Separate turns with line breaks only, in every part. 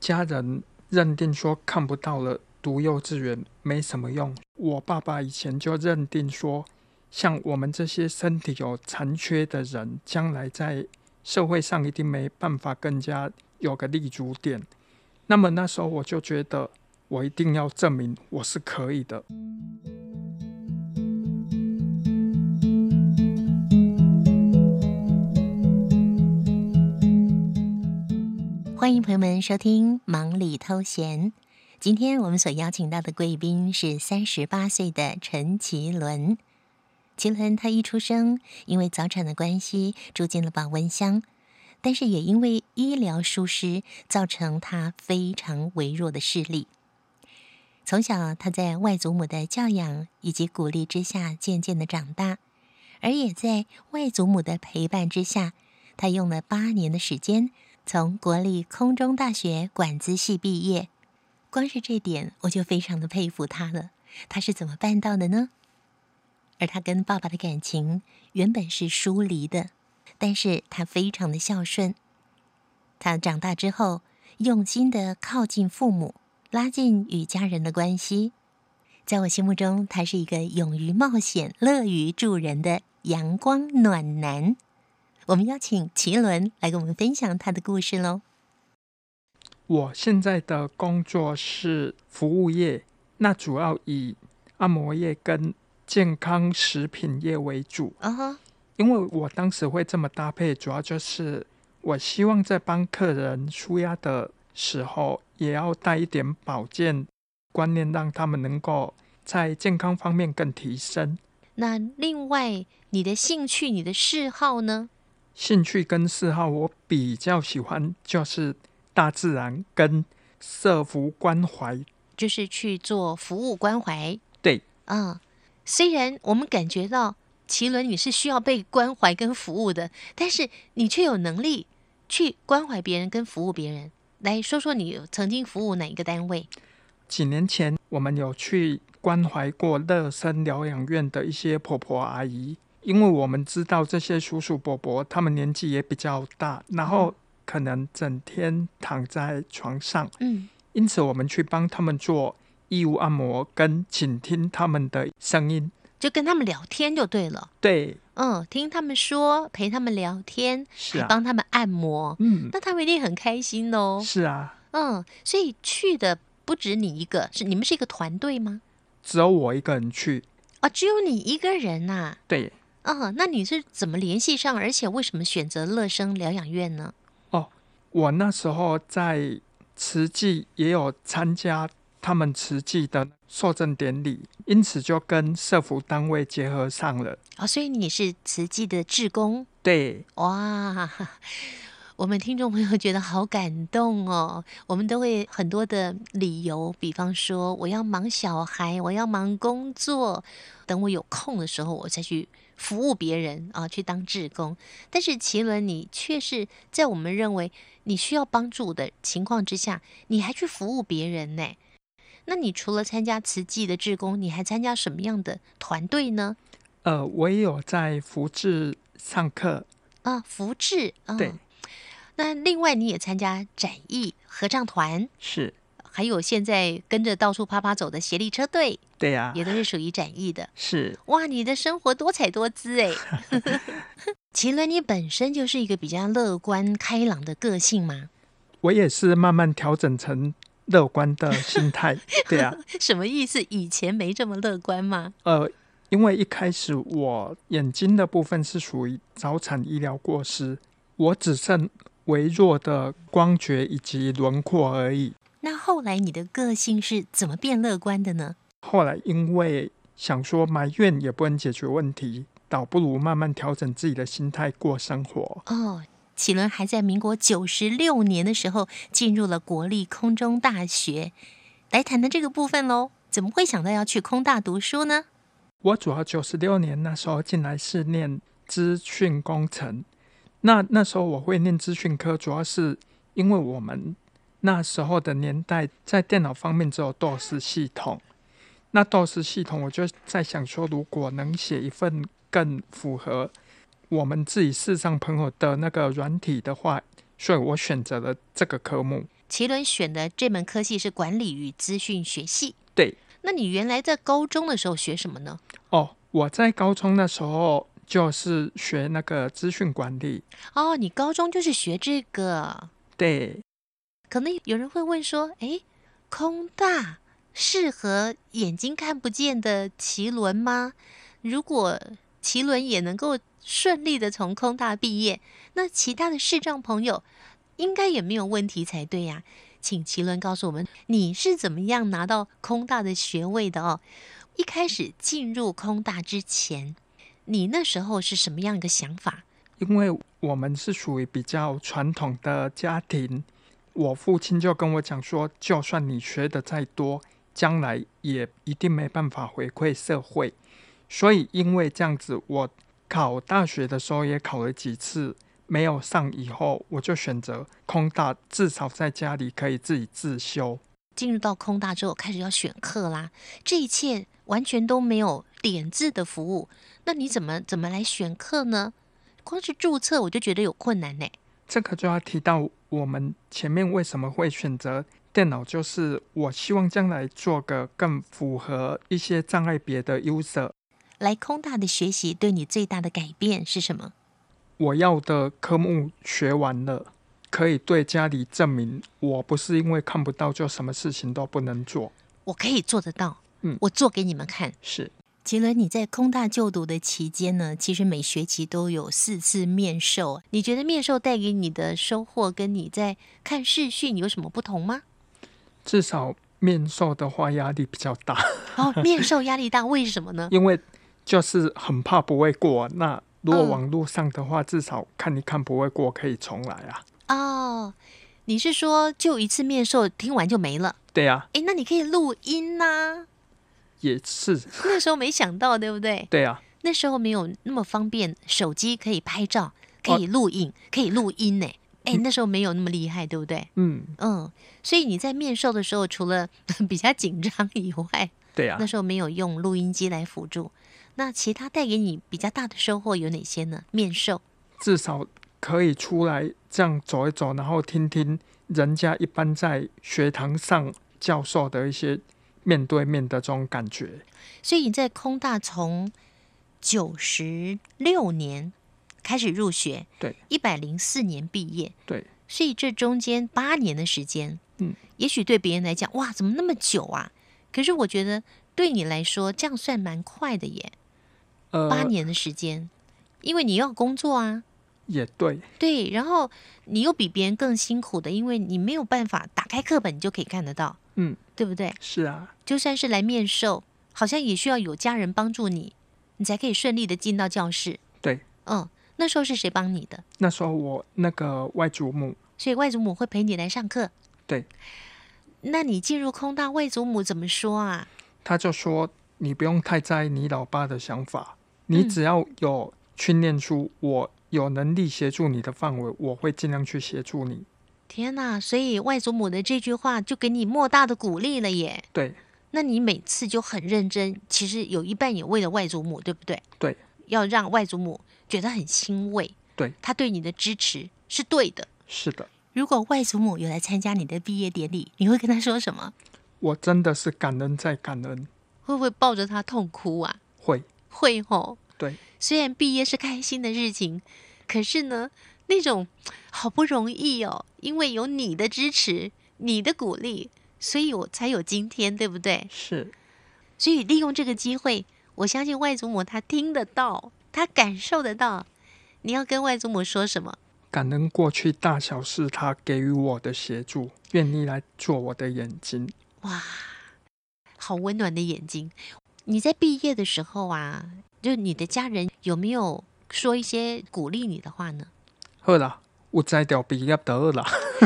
家人认定说看不到了，读幼稚园没什么用。我爸爸以前就认定说，像我们这些身体有残缺的人，将来在社会上一定没办法更加有个立足点。那么那时候我就觉得，我一定要证明我是可以的。
欢迎朋友们收听忙里偷闲。今天我们所邀请到的贵宾是38岁的陈其伦。其伦他一出生，因为早产的关系住进了保温箱，但是也因为医疗疏失，造成他非常微弱的视力。从小他在外祖母的教养以及鼓励之下渐渐的长大，而也在外祖母的陪伴之下，他用了8年的时间从国立空中大学管资系毕业。光是这点我就非常的佩服他了，他是怎么办到的呢？而他跟爸爸的感情原本是疏离的，但是他非常的孝顺。他长大之后用心的靠近父母，拉近与家人的关系。在我心目中，他是一个勇于冒险、乐于助人的阳光暖男。我们邀请其伦来跟我们分享他的故事咯。
我现在的工作是服务业，那主要以按摩业跟健康食品业为主。因为我当时会这么搭配，主要就是我希望在帮客人舒压的时候，也要带一点保健观念，让他们能够在健康方面更提升。
那另外，你的兴趣、你的嗜好呢？
兴趣跟嗜好，我比较喜欢就是大自然跟社福关怀，
就是去做服务关怀。
对，
虽然我们感觉到其伦你是需要被关怀跟服务的，但是你却有能力去关怀别人跟服务别人。来说说你曾经服务哪一个单位？
几年前我们有去关怀过乐生疗养院的一些婆婆阿姨，因为我们知道这些叔叔伯伯他们年纪也比较大，然后可能整天躺在床上，因此我们去帮他们做义务按摩跟倾听他们的声音，
就跟他们聊天就对了。
对，
听他们说，陪他们聊天，
是啊，
还帮他们按摩，那他们一定很开心哦。
是啊，
所以去的不止你一个，你们是一个团队吗？
只有我一个人去。
只有你一个人啊？
对。
那你是怎么联系上，而且为什么选择乐生疗养院呢？
我那时候在慈济也有参加他们慈济的受证典礼，因此就跟社福单位结合上了。
所以你是慈济的志工？
对，
哇，我们听众朋友觉得好感动哦。我们都会很多的理由，比方说我要忙小孩，我要忙工作，等我有空的时候我再去服务别人去当志工。但是其伦你却是在我们认为你需要帮助的情况之下，你还去服务别人呢。那你除了参加慈济的志工，你还参加什么样的团队呢？
我也有在福智上课。
福智，
对。
那另外你也参加展艺合唱团，
是，
还有现在跟着到处啪啪走的协力车队，
对呀，
也都是属于展艺的。
是，
哇，你的生活多彩多姿哎！其伦，你本身就是一个比较乐观开朗的个性吗？
我也是慢慢调整成乐观的心态。对呀，
什么意思？以前没这么乐观吗？
因为一开始我眼睛的部分是属于早产医疗过失，我只剩微弱的光觉以及轮廓而已。
那后来你的个性是怎么变乐观的呢？
后来因为想说埋怨也不能解决问题，倒不如慢慢调整自己的心态过生活。
其伦还在民国96年的时候进入了国立空中大学，来谈谈这个部分咯。怎么会想到要去空大读书呢？
我主要96年那时候进来是念资讯工程，那时候我会念资讯科，主要是因为我们那时候的年代在电脑方面只有 DOS 系统，那 DOS 系统我就在想说，如果能写一份更符合我们自己视障朋友的那个软体的话，所以我选择了这个科目。
奇伦选的这门科系是管理与资讯学系。
对。
那你原来在高中的时候学什么呢？
我在高中的时候就是学那个资讯管理。
你高中就是学这个。
对。
可能有人会问说，空大适合眼睛看不见的奇伦吗？如果奇伦也能够顺利的从空大毕业，那其他的视障朋友应该也没有问题才对呀。请奇伦告诉我们，你是怎么样拿到空大的学位的哦？一开始进入空大之前，你那时候是什么样一个想法？
因为我们是属于比较传统的家庭，我父亲就跟我讲说，就算你学的再多，将来也一定没办法回馈社会。所以因为这样子，我考大学的时候也考了几次，没有上以后，我就选择空大，至少在家里可以自己自修。
进入到空大之后，开始要选课啦，这一切完全都没有点字的服务，那你怎么来选课呢？光是注册我就觉得有困难呢。
这个就要提到我们前面为什么会选择电脑，就是我希望将来做个更符合一些障碍别的 user。
来空大的学习对你最大的改变是什么？
我要的科目学完了，可以对家里证明我不是因为看不到就什么事情都不能做，
我可以做得到。我做给你们看。
是。
奇伦，你在空大就读的期间呢，其实每学期都有4次面授，你觉得面授带给你的收获跟你在看视讯有什么不同吗？
至少面授的话压力比较大。
面授压力大，为什么呢？
因为就是很怕不会过，那如果网络上的话，至少看一看不会过可以重来啊。
你是说就一次面授听完就没了？
对啊。
那你可以录音啊。
也是。
那时候没想到，对不对？
对啊。
那时候没有那么方便，手机可以拍照，可以录影，可以录音呢。那时候没有那么厉害，对不对？所以你在面授的时候，除了比较紧张以外，
对啊，
那时候没有用录音机来辅助。那其他带给你比较大的收获有哪些呢？面授
至少可以出来这样走一走，然后听听人家一般在学堂上教授的一些面对面的这种感觉。
所以你在空大从96年开始入学，
对
，104年毕业，
对，
所以这中间8年的时间，也许对别人来讲，哇，怎么那么久啊？可是我觉得对你来说，这样算蛮快的耶。8年的时间，因为你要工作啊。
也对。
对，然后你又比别人更辛苦的，因为你没有办法打开课本你就可以看得到，对不对？
是啊。
就算是来面授，好像也需要有家人帮助你，你才可以顺利的进到教室。
对。
那时候是谁帮你的？
那时候我那个外祖母。
所以外祖母会陪你来上课。
对。
那你进入空大，外祖母怎么说啊？
他就说你不用太在意你老爸的想法，你只要有去念书，我有能力协助你的范围，我会尽量去协助你。
天哪，所以外祖母的这句话就给你莫大的鼓励了耶。
对。
那你每次就很认真，其实有一半也为了外祖母，对不对？
对。
要让外祖母觉得很欣慰。
对。
他对你的支持是对的。
是的。
如果外祖母有来参加你的毕业典礼，你会跟他说什么？
我真的是感恩再感恩。
会不会抱着他痛哭啊？会吼。
对。
虽然毕业是开心的事情，可是呢，那种好不容易因为有你的支持，你的鼓励，所以我才有今天，对不对？
是。
所以利用这个机会，我相信外祖母她听得到，她感受得到。你要跟外祖母说什么？
感恩过去大小事他给予我的协助，愿意来做我的眼睛。
哇，好温暖的眼睛。你在毕业的时候啊，就你的家人有没有说一些鼓励你的话呢？
好啦，有才调毕业就好啦。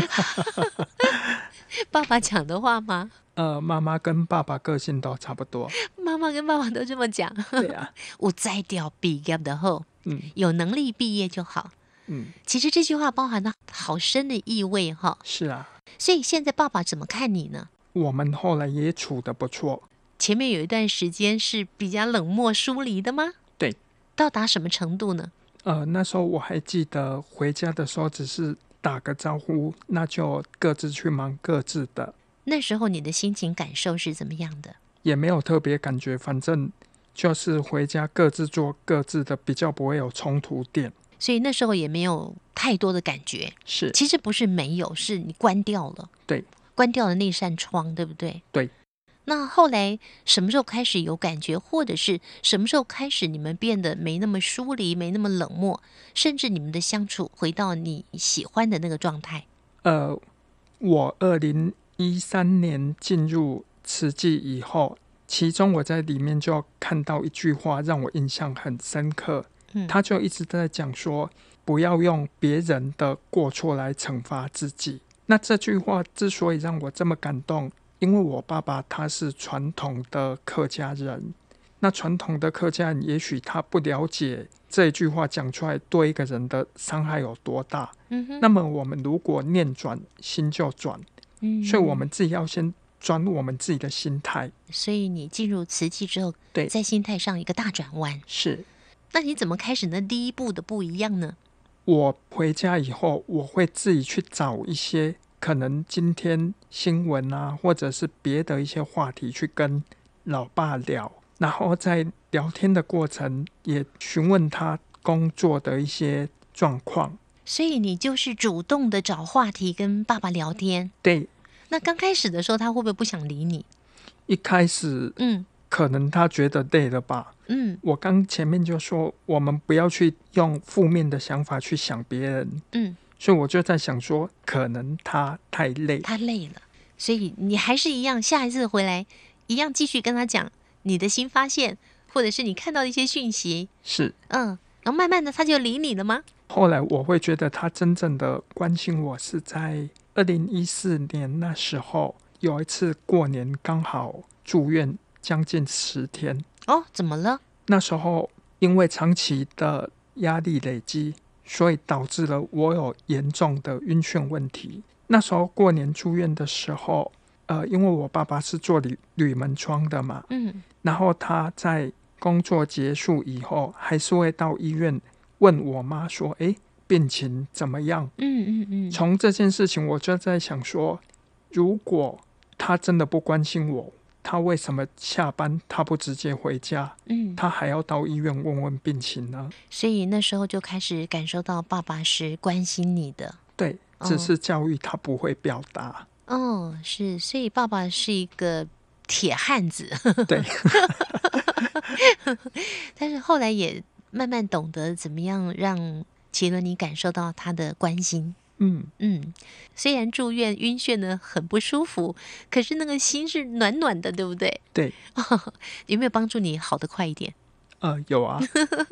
爸爸讲的话吗？
妈妈跟爸爸个性都差不多。
妈妈跟爸爸都这么讲。
对啊。
有才调毕业就好，有能力毕业就好。其实这句话包含了好深的意味哈。
是啊。
所以现在爸爸怎么看你呢？
我们后来也处得不错。
前面有一段时间是比较冷漠疏离的吗？
对。
到达什么程度呢？
那时候我还记得回家的时候只是打个招呼，那就各自去忙各自的。
那时候你的心情感受是怎么样的？
也没有特别感觉，反正就是回家各自做各自的，比较不会有冲突点。
所以那时候也没有太多的感觉。
是，
其实不是没有，是你关掉了。
对，
关掉了那扇窗，对不对？
对。
那后来什么时候开始有感觉，或者是什么时候开始你们变得没那么疏离，没那么冷漠，甚至你们的相处回到你喜欢的那个状态？
我2013年进入慈济以后，其中我在里面就看到一句话让我印象很深刻。他就一直在讲说，不要用别人的过错来惩罚自己。那这句话之所以让我这么感动，因为我爸爸他是传统的客家人，那传统的客家人也许他不了解这一句话讲出来对一个人的伤害有多大。那么我们如果念转，心就转。所以我们自己要先转我们自己的心态。
所以你进入慈济之后，
对，
在心态上一个大转弯。
是。
那你怎么开始呢？第一步的不一样呢？
我回家以后，我会自己去找一些可能今天新闻啊，或者是别的一些话题去跟老爸聊，然后在聊天的过程也询问他工作的一些状况。
所以你就是主动的找话题跟爸爸聊天。
对。
那刚开始的时候，他会不会不想理你？
一开始，可能他觉得累了吧。我刚前面就说，我们不要去用负面的想法去想别人。所以我就在想说，可能他太累，
他累了，所以你还是一样，下一次回来一样继续跟他讲你的新发现，或者是你看到的一些讯息。
是，
然后慢慢的他就理你了吗？
后来我会觉得他真正的关心我是在2014年那时候，有一次过年刚好住院将近10天。
怎么了？
那时候因为长期的压力累积，所以导致了我有严重的晕眩问题。那时候过年住院的时候，因为我爸爸是做铝门窗的嘛，然后他在工作结束以后，还是会到医院问我妈说：“病情怎么样？”从这件事情，我就在想说，如果他真的不关心我，他为什么下班他不直接回家？他还要到医院问问病情呢？
所以那时候就开始感受到爸爸是关心你的。
对，只是教育他不会表达。
是，所以爸爸是一个铁汉子。
对。
但是后来也慢慢懂得怎么样让麒麟你感受到他的关心。虽然住院晕眩的很不舒服，可是那个心是暖暖的，对不对？
对。
有没有帮助你好得快一点？
有啊。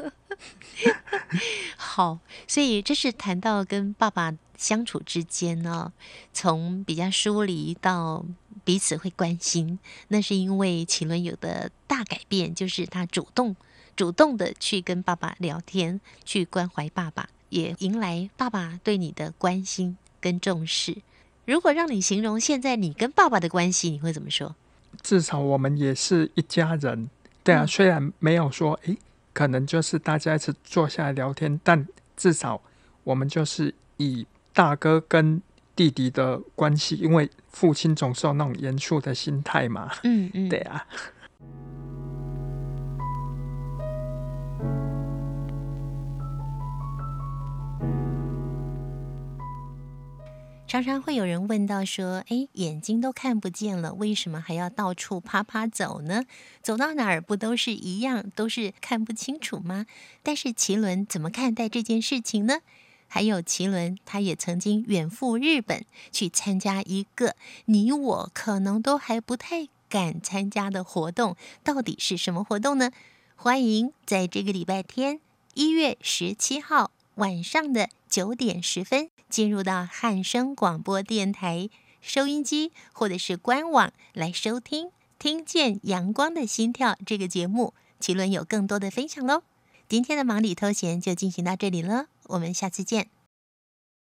好，所以这是谈到跟爸爸相处之间呢，从比较疏离到彼此会关心，那是因为麒麟有的大改变，就是他主动的去跟爸爸聊天，去关怀爸爸，也迎来爸爸对你的关心跟重视。如果让你形容现在你跟爸爸的关系，你会怎么说？
至少我们也是一家人。对啊，虽然没有说可能就是大家一起坐下来聊天，但至少我们就是以大哥跟弟弟的关系，因为父亲总是有那种严肃的心态嘛。对啊。
常常会有人问到说，眼睛都看不见了，为什么还要到处趴趴走呢？走到哪儿不都是一样，都是看不清楚吗？但是麒麟怎么看待这件事情呢？还有麒麟他也曾经远赴日本去参加一个你我可能都还不太敢参加的活动，到底是什么活动呢？欢迎在这个礼拜天1月17号晚上的9点10分进入到汉声广播电台收音机或者是官网来收听听见阳光的心跳这个节目，麒麟有更多的分享咯。今天的忙里偷闲就进行到这里了，我们下次见。